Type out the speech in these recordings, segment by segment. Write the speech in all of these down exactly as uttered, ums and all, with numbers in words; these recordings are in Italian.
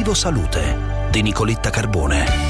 Obiettivo Salute di Nicoletta Carbone.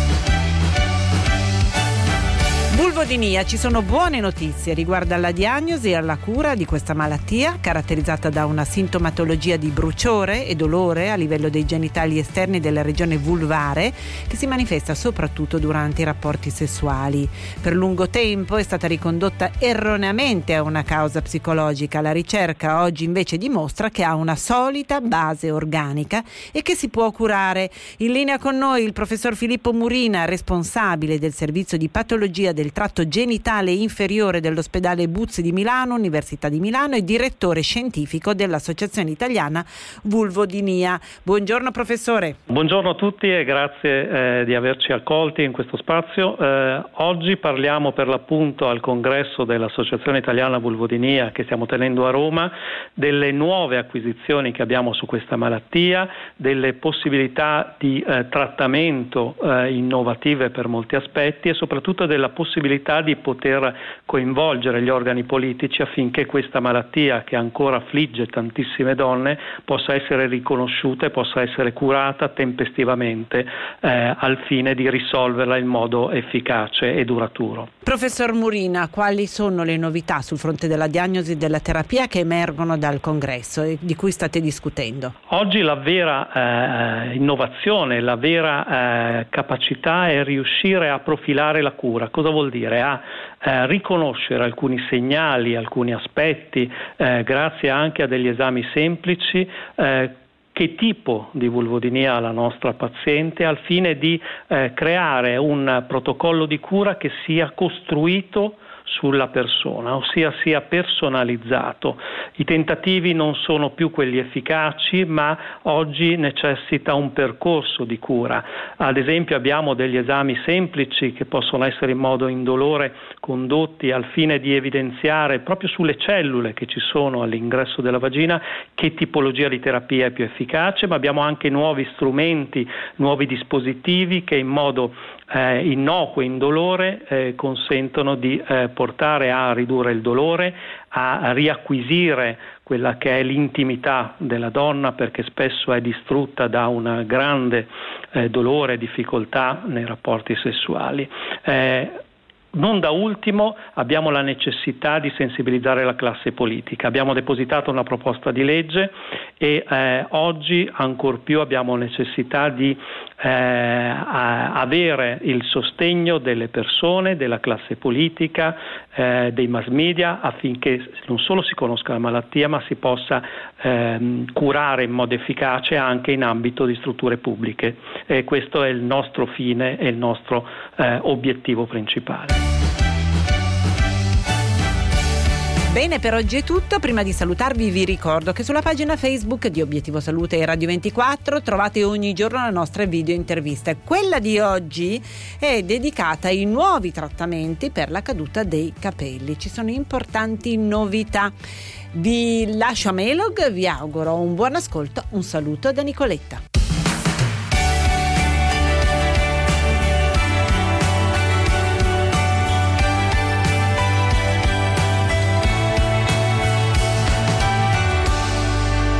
Vulvodinia, ci sono buone notizie riguardo alla diagnosi e alla cura di questa malattia, caratterizzata da una sintomatologia di bruciore e dolore a livello dei genitali esterni della regione vulvare, che si manifesta soprattutto durante i rapporti sessuali. Per lungo tempo è stata ricondotta erroneamente a una causa psicologica. La ricerca oggi invece dimostra che ha una solida base organica e che si può curare. In linea con noi il professor Filippo Murina, responsabile del servizio di patologia del tratto genitale inferiore dell'ospedale Buzzi di Milano, Università di Milano, e direttore scientifico dell'Associazione Italiana Vulvodinia. Buongiorno professore. Buongiorno a tutti e grazie eh, di averci accolti in questo spazio. Eh, oggi parliamo per l'appunto al congresso dell'Associazione Italiana Vulvodinia che stiamo tenendo a Roma delle nuove acquisizioni che abbiamo su questa malattia, delle possibilità di eh, trattamento eh, innovative per molti aspetti e soprattutto della possibilità di poter coinvolgere gli organi politici affinché questa malattia, che ancora affligge tantissime donne, possa essere riconosciuta e possa essere curata tempestivamente eh, al fine di risolverla in modo efficace e duraturo. Professor Murina, quali sono le novità sul fronte della diagnosi e della terapia che emergono dal congresso e di cui state discutendo? Oggi la vera eh, innovazione, la vera eh, capacità è riuscire a profilare la cura. Cosa vuol dire? A eh, riconoscere alcuni segnali, alcuni aspetti, eh, grazie anche a degli esami semplici, eh, che tipo di vulvodinia ha la nostra paziente, al fine di eh, creare un protocollo di cura che sia costruito sulla persona, ossia sia personalizzato. I tentativi non sono più quelli efficaci, ma oggi necessita un percorso di cura. Ad esempio abbiamo degli esami semplici che possono essere in modo indolore condotti al fine di evidenziare proprio sulle cellule che ci sono all'ingresso della vagina che tipologia di terapia è più efficace, ma abbiamo anche nuovi strumenti, nuovi dispositivi che in modo eh, innocuo e indolore eh, consentono di eh, portare a ridurre il dolore, a riacquisire quella che è l'intimità della donna, perché spesso è distrutta da un grande eh, dolore e difficoltà nei rapporti sessuali. Eh, Non da ultimo abbiamo la necessità di sensibilizzare la classe politica. Abbiamo depositato una proposta di legge e eh, oggi ancor più abbiamo necessità di eh, avere il sostegno delle persone, della classe politica, eh, dei mass media, affinché non solo si conosca la malattia ma si possa eh, curare in modo efficace anche in ambito di strutture pubbliche. E questo è il nostro fine e il nostro eh, obiettivo principale. Bene, per oggi è tutto. Prima di salutarvi vi ricordo che sulla pagina Facebook di Obiettivo Salute e Radio ventiquattro trovate ogni giorno la nostra video intervista. Quella di oggi è dedicata ai nuovi trattamenti per la caduta dei capelli. Ci sono importanti novità. Vi lascio a Melog, vi auguro un buon ascolto, un saluto da Nicoletta.